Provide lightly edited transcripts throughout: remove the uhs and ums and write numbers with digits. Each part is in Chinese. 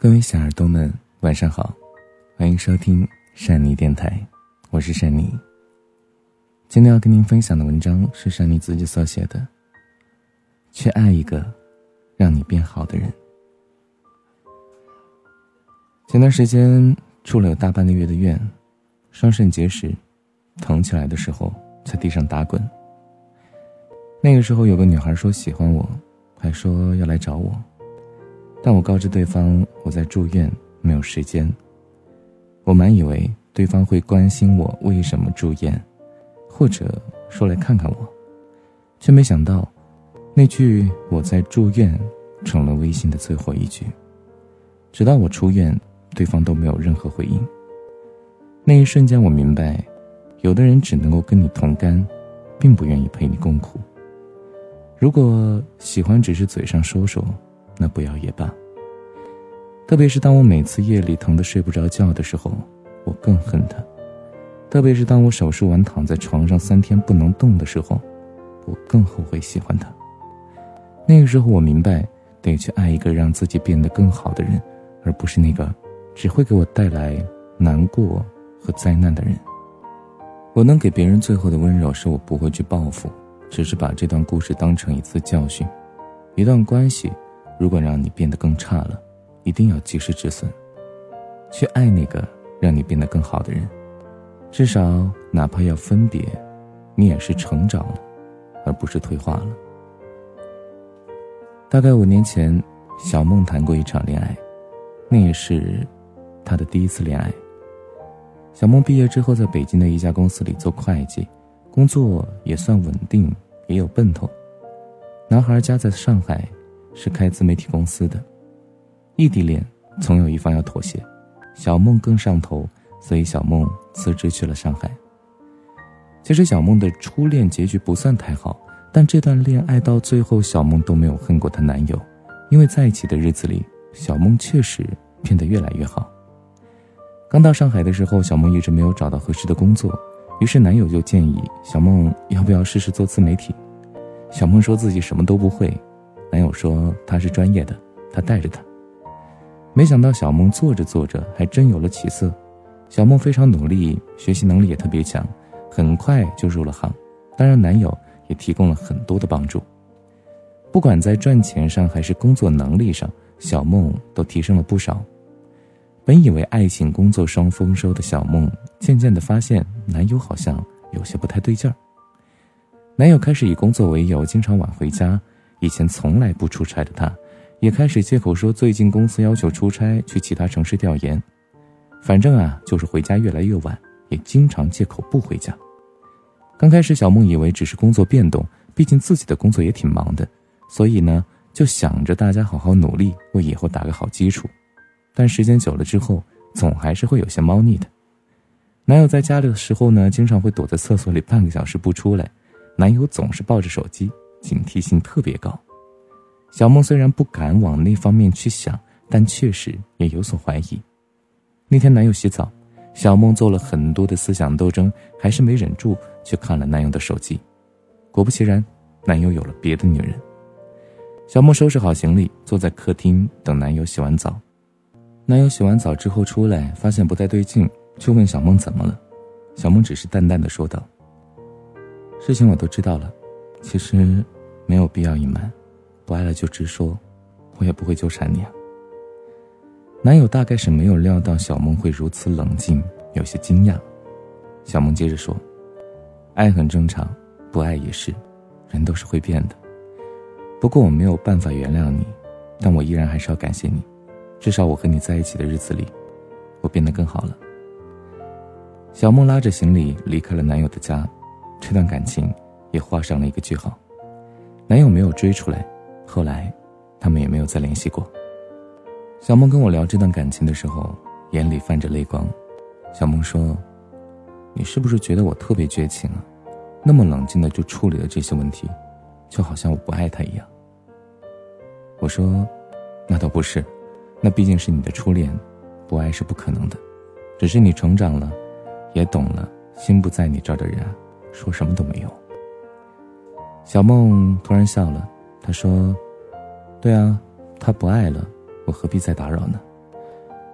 各位小耳朵们晚上好，欢迎收听善妮电台，我是善妮。今天要跟您分享的文章是善妮自己所写的，去爱一个让你变好的人。前段时间住了有大半个月的院，双肾结石，疼起来的时候在地上打滚。那个时候有个女孩说喜欢我，还说要来找我，但我告知对方我在住院，没有时间。我满以为对方会关心我为什么住院，或者说来看看我，却没想到那句我在住院成了微信的最后一句。直到我出院，对方都没有任何回应。那一瞬间我明白，有的人只能够跟你同甘，并不愿意陪你共苦。如果喜欢只是嘴上说说，那不要也罢。特别是当我每次夜里疼得睡不着觉的时候，我更恨他。特别是当我手术完躺在床上3天不能动的时候，我更后悔喜欢他。那个时候我明白，得去爱一个让自己变得更好的人，而不是那个只会给我带来难过和灾难的人。我能给别人最后的温柔，是我不会去报复，只是把这段故事当成一次教训。一段关系如果让你变得更差了，一定要及时止损，去爱那个让你变得更好的人。至少哪怕要分别，你也是成长了，而不是退化了。大概5年前，小梦谈过一场恋爱，那也是她的第一次恋爱。小梦毕业之后在北京的一家公司里做会计，工作也算稳定，也有奔头。男孩家在上海，是开自媒体公司的。异地恋总有一方要妥协，小梦更上头，所以小梦辞职去了上海。其实小梦的初恋结局不算太好，但这段恋爱到最后，小梦都没有恨过她男友，因为在一起的日子里，小梦确实变得越来越好。刚到上海的时候，小梦一直没有找到合适的工作，于是男友就建议小梦要不要试试做自媒体。小梦说自己什么都不会，男友说他是专业的，他带着他。没想到小梦做着做着还真有了起色，小梦非常努力，学习能力也特别强，很快就入了行。当然男友也提供了很多的帮助，不管在赚钱上还是工作能力上，小梦都提升了不少。本以为爱情工作双丰收的小梦，渐渐地发现男友好像有些不太对劲儿。男友开始以工作为由经常晚回家，以前从来不出差的他也开始借口说最近公司要求出差去其他城市调研，反正就是回家越来越晚，也经常借口不回家。刚开始小梦以为只是工作变动，毕竟自己的工作也挺忙的，所以呢就想着大家好好努力，为以后打个好基础。但时间久了之后，总还是会有些猫腻的。男友在家里的时候呢，经常会躲在厕所里半个小时不出来，男友总是抱着手机，警惕性特别高。小梦虽然不敢往那方面去想，但确实也有所怀疑。那天男友洗澡，小梦做了很多的思想斗争，还是没忍住去看了男友的手机。果不其然，男友有了别的女人。小梦收拾好行李，坐在客厅等男友洗完澡。男友洗完澡之后出来，发现不太对劲，就问小梦怎么了。小梦只是淡淡的说道，事情我都知道了，其实没有必要隐瞒，不爱了就直说，我也不会纠缠你啊。男友大概是没有料到小梦会如此冷静，有些惊讶。小梦接着说，爱很正常，不爱也是，人都是会变的。不过我没有办法原谅你，但我依然还是要感谢你，至少我和你在一起的日子里，我变得更好了。小梦拉着行李离开了男友的家，这段感情也画上了一个句号。男友没有追出来，后来他们也没有再联系过。小梦跟我聊这段感情的时候，眼里泛着泪光。小梦说，你是不是觉得我特别绝情啊？那么冷静的就处理了这些问题，就好像我不爱他一样。我说，那倒不是，那毕竟是你的初恋，不爱是不可能的，只是你成长了，也懂了心不在你这儿的人说什么都没用。小梦突然笑了，她说，对啊，他不爱了，我何必再打扰呢？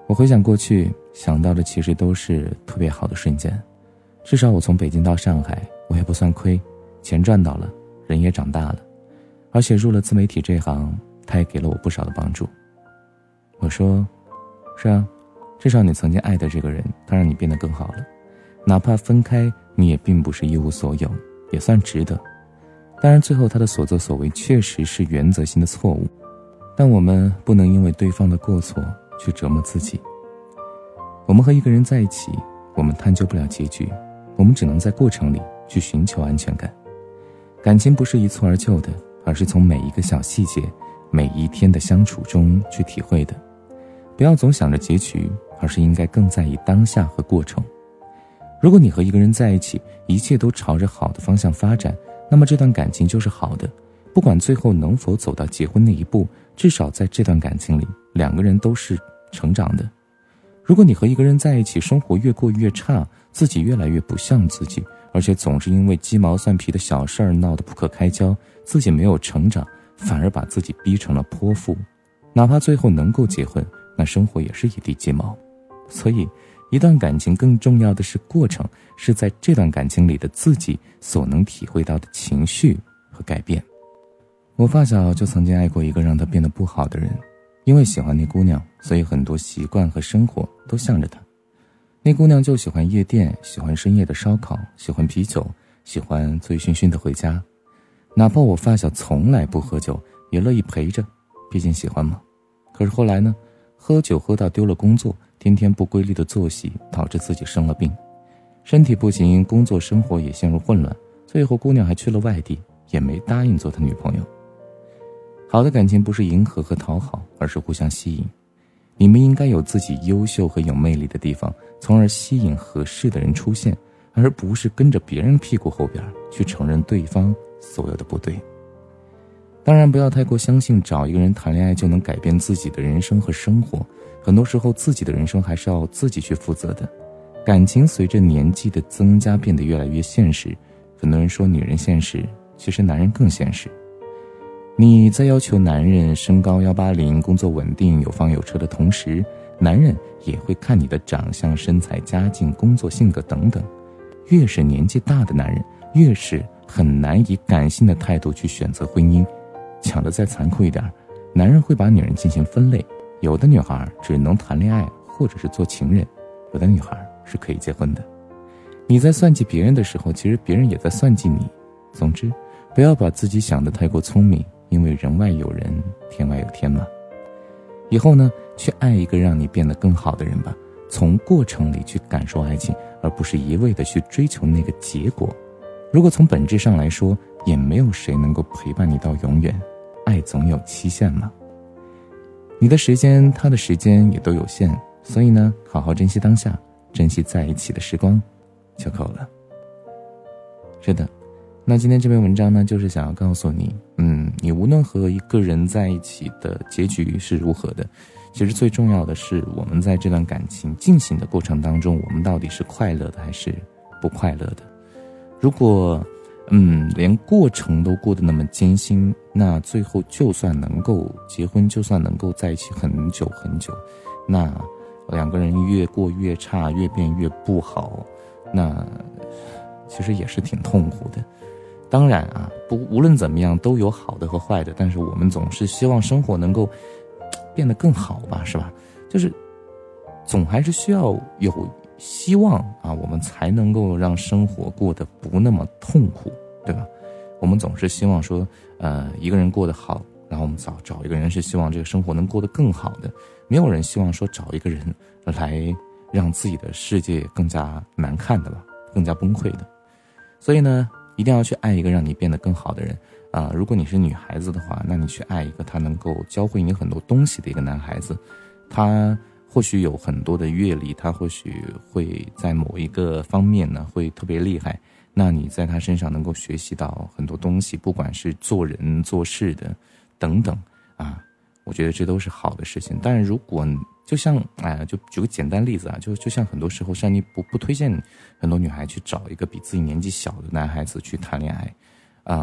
我回想过去，想到的其实都是特别好的瞬间。至少我从北京到上海，我也不算亏，钱赚到了，人也长大了。而且入了自媒体这行，他也给了我不少的帮助。我说，是啊，至少你曾经爱的这个人，他让你变得更好了。哪怕分开，你也并不是一无所有，也算值得。当然最后他的所作所为确实是原则性的错误，但我们不能因为对方的过错去折磨自己。我们和一个人在一起，我们探究不了结局，我们只能在过程里去寻求安全感。感情不是一蹴而就的，而是从每一个小细节，每一天的相处中去体会的。不要总想着结局，而是应该更在意当下和过程。如果你和一个人在一起，一切都朝着好的方向发展，那么这段感情就是好的。不管最后能否走到结婚那一步，至少在这段感情里，两个人都是成长的。如果你和一个人在一起，生活越过越差，自己越来越不像自己，而且总是因为鸡毛蒜皮的小事儿闹得不可开交，自己没有成长，反而把自己逼成了泼妇，哪怕最后能够结婚，那生活也是一地鸡毛。所以一段感情更重要的是过程，是在这段感情里的自己所能体会到的情绪和改变。我发小就曾经爱过一个让他变得不好的人，因为喜欢那姑娘，所以很多习惯和生活都向着她。那姑娘就喜欢夜店，喜欢深夜的烧烤，喜欢啤酒，喜欢醉醺醺的回家。哪怕我发小从来不喝酒，也乐意陪着，毕竟喜欢嘛。可是后来呢，喝酒喝到丢了工作，天天不规律的作息，导致自己生了病，身体不行，工作生活也陷入混乱，最后姑娘还去了外地，也没答应做他女朋友。好的感情不是迎合和讨好，而是互相吸引。你们应该有自己优秀和有魅力的地方，从而吸引合适的人出现，而不是跟着别人屁股后边去承认对方所有的不对。当然不要太过相信找一个人谈恋爱就能改变自己的人生和生活，很多时候自己的人生还是要自己去负责的。感情随着年纪的增加变得越来越现实，很多人说女人现实，其实男人更现实。你在要求男人身高180，工作稳定，有房有车的同时，男人也会看你的长相、身材、家境、工作、性格等等。越是年纪大的男人，越是很难以感性的态度去选择婚姻。讲得再残酷一点，男人会把女人进行分类，有的女孩只能谈恋爱或者是做情人，有的女孩是可以结婚的。你在算计别人的时候，其实别人也在算计你。总之，不要把自己想得太过聪明，因为人外有人，天外有天嘛。以后呢，去爱一个让你变得更好的人吧，从过程里去感受爱情，而不是一味的去追求那个结果。如果从本质上来说，也没有谁能够陪伴你到永远，爱总有期限嘛。你的时间，他的时间也都有限，所以呢，好好珍惜当下，珍惜在一起的时光就够了。是的，那今天这篇文章呢，就是想要告诉你，你无论和一个人在一起的结局是如何的，其实最重要的是我们在这段感情进行的过程当中，我们到底是快乐的还是不快乐的。如果连过程都过得那么艰辛，那最后就算能够结婚，就算能够在一起很久很久，那两个人越过越差，越变越不好，那其实也是挺痛苦的。当然啊，无论怎么样都有好的和坏的，但是我们总是希望生活能够变得更好吧，是吧？就是总还是需要有希望啊，我们才能够让生活过得不那么痛苦，对吧？我们总是希望说一个人过得好，然后我们找一个人是希望这个生活能过得更好的，没有人希望说找一个人来让自己的世界更加难看的吧，更加崩溃的。所以呢，一定要去爱一个让你变得更好的人啊！如果你是女孩子的话，那你去爱一个他能够教会你很多东西的一个男孩子。他或许有很多的阅历，他或许会在某一个方面呢会特别厉害，那你在他身上能够学习到很多东西，不管是做人做事的等等啊，我觉得这都是好的事情。但是如果就像就举个简单例子啊，就像很多时候珊妮不推荐很多女孩去找一个比自己年纪小的男孩子去谈恋爱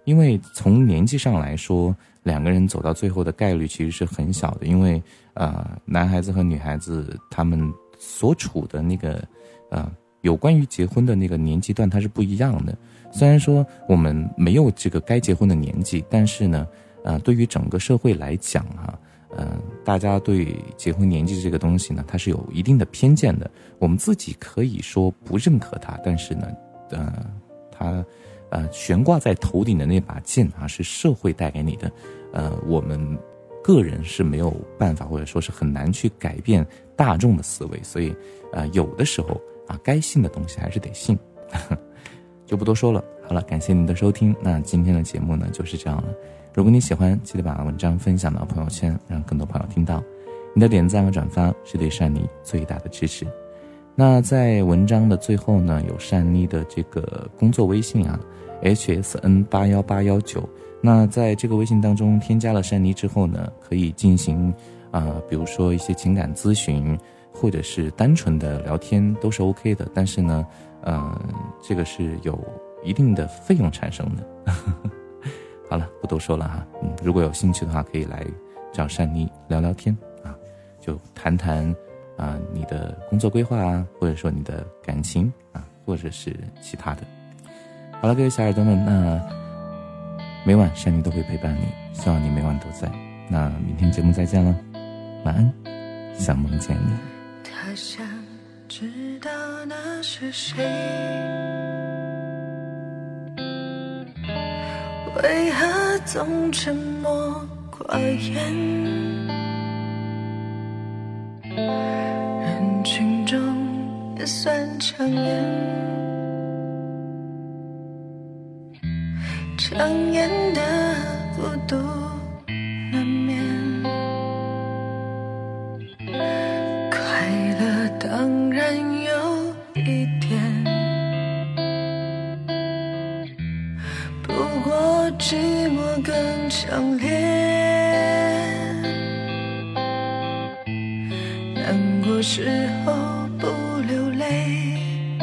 因为从年纪上来说，两个人走到最后的概率其实是很小的，因为男孩子和女孩子他们所处的那个有关于结婚的那个年纪段它是不一样的。虽然说我们没有这个该结婚的年纪，但是呢对于整个社会来讲大家对结婚年纪这个东西呢，它是有一定的偏见的。我们自己可以说不认可它，但是呢它悬挂在头顶的那把剑是社会带给你的，我们个人是没有办法，或者说是很难去改变大众的思维，所以有的时候该信的东西还是得信。就不多说了。好了，感谢您的收听，那今天的节目呢就是这样了。如果你喜欢，记得把文章分享到朋友圈，让更多朋友听到。你的点赞和转发是对善妮最大的支持。那在文章的最后呢，有善妮的这个工作微信HSN81819。那在这个微信当中添加了善妮之后呢，可以进行比如说一些情感咨询，或者是单纯的聊天都是 OK 的。但是呢这个是有一定的费用产生的。好了，不多说了如果有兴趣的话，可以来找善妮聊聊天就谈谈你的工作规划或者说你的感情或者是其他的。好了，各位小耳朵们，那每晚善妮都会陪伴你，希望你每晚都在。那明天节目再见了，晚安，想梦见你。 他想知道那是谁，为何总沉默寡言，人群中也算抢眼，抢眼的孤独难免，快乐当然有一点，不过寂寞更强烈，难过时候不流泪，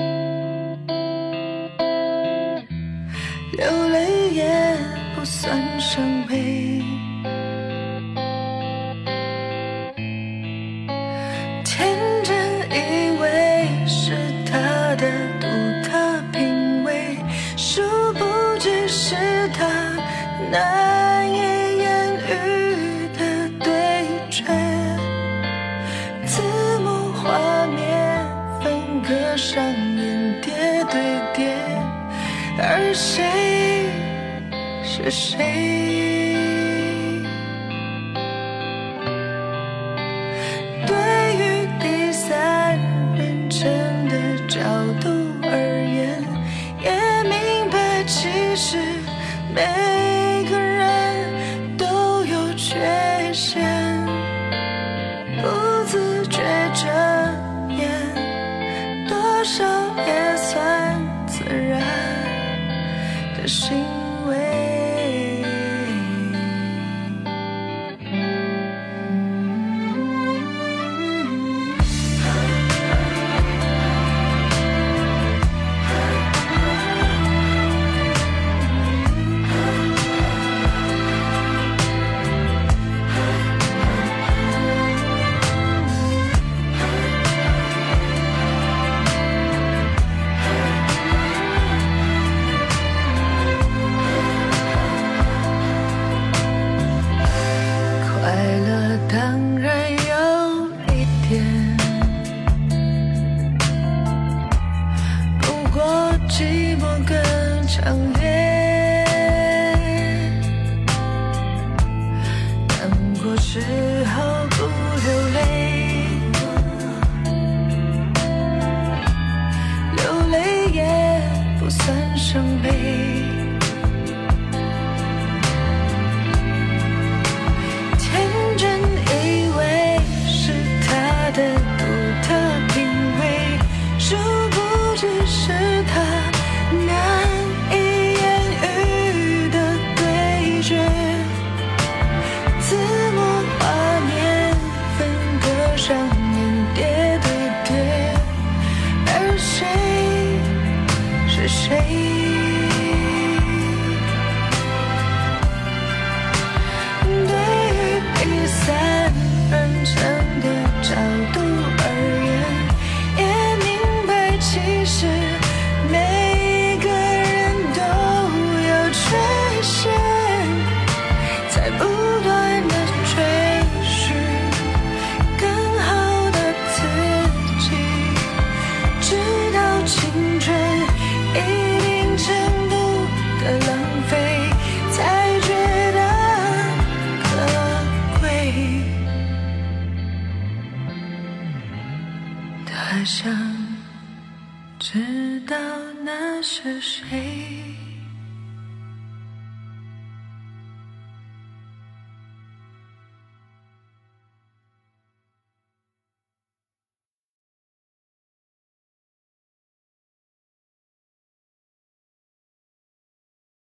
流泪也不算伤悲，天真以为是他的独特品味，殊不知是他难以言喻的对决，字幕画面分割上演叠对叠，而谁是谁？对于第三人称的角度而言，也明白其实每个人都有缺陷，不自觉遮掩，多少也算自然的行为。 想知道那是谁。